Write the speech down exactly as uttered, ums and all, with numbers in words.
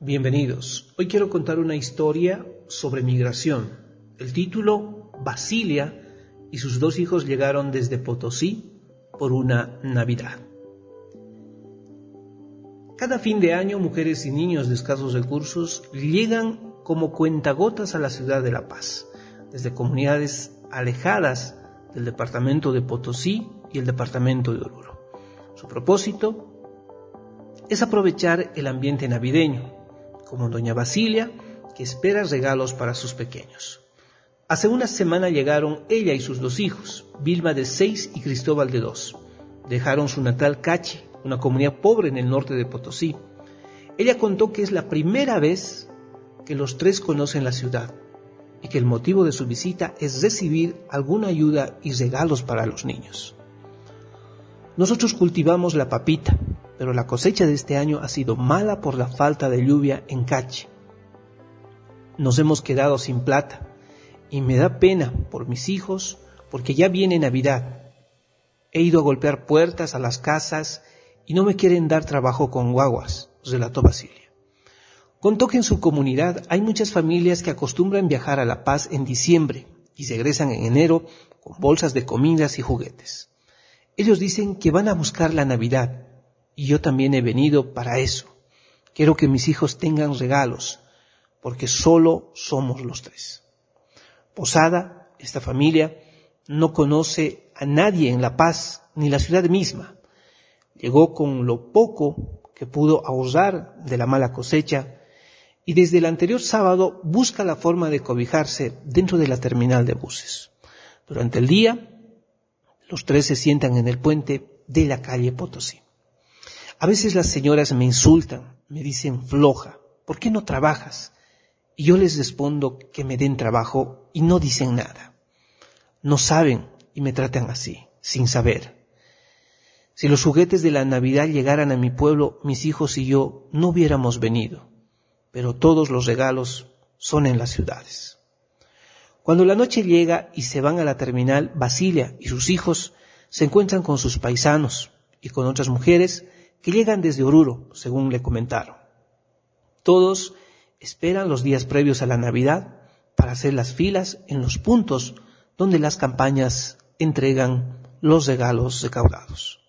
Bienvenidos. Hoy quiero contar una historia sobre migración. El título, Basilia y sus dos hijos llegaron desde Potosí por una Navidad. Cada fin de año, mujeres y niños de escasos recursos llegan como cuentagotas a la ciudad de La Paz, desde comunidades alejadas del departamento de Potosí y el departamento de Oruro. Su propósito es aprovechar el ambiente navideño, como doña Basilia, que espera regalos para sus pequeños. Hace una semana llegaron ella y sus dos hijos, Vilma de seis y Cristóbal de dos. Dejaron su natal Cachi, una comunidad pobre en el norte de Potosí. Ella contó que es la primera vez que los tres conocen la ciudad y que el motivo de su visita es recibir alguna ayuda y regalos para los niños. Nosotros cultivamos la papita, pero la cosecha de este año ha sido mala por la falta de lluvia en Cachi. Nos hemos quedado sin plata y me da pena por mis hijos porque ya viene Navidad. He ido a golpear puertas a las casas y no me quieren dar trabajo con guaguas, relató Basilia. Contó que en su comunidad hay muchas familias que acostumbran viajar a La Paz en diciembre y regresan en enero con bolsas de comidas y juguetes. Ellos dicen que van a buscar la Navidad. Y yo también he venido para eso. Quiero que mis hijos tengan regalos, porque solo somos los tres. Posada, esta familia, no conoce a nadie en La Paz, ni la ciudad misma. Llegó con lo poco que pudo ahorrar de la mala cosecha, y desde el anterior sábado busca la forma de cobijarse dentro de la terminal de buses. Durante el día, los tres se sientan en el puente de la calle Potosí. A veces las señoras me insultan, me dicen floja, ¿por qué no trabajas? Y yo les respondo que me den trabajo y no dicen nada. No saben y me tratan así, sin saber. Si los juguetes de la Navidad llegaran a mi pueblo, mis hijos y yo no hubiéramos venido, pero todos los regalos son en las ciudades. Cuando la noche llega y se van a la terminal, Basilia y sus hijos se encuentran con sus paisanos y con otras mujeres que llegan desde Oruro, según le comentaron. Todos esperan los días previos a la Navidad para hacer las filas en los puntos donde las campañas entregan los regalos recaudados.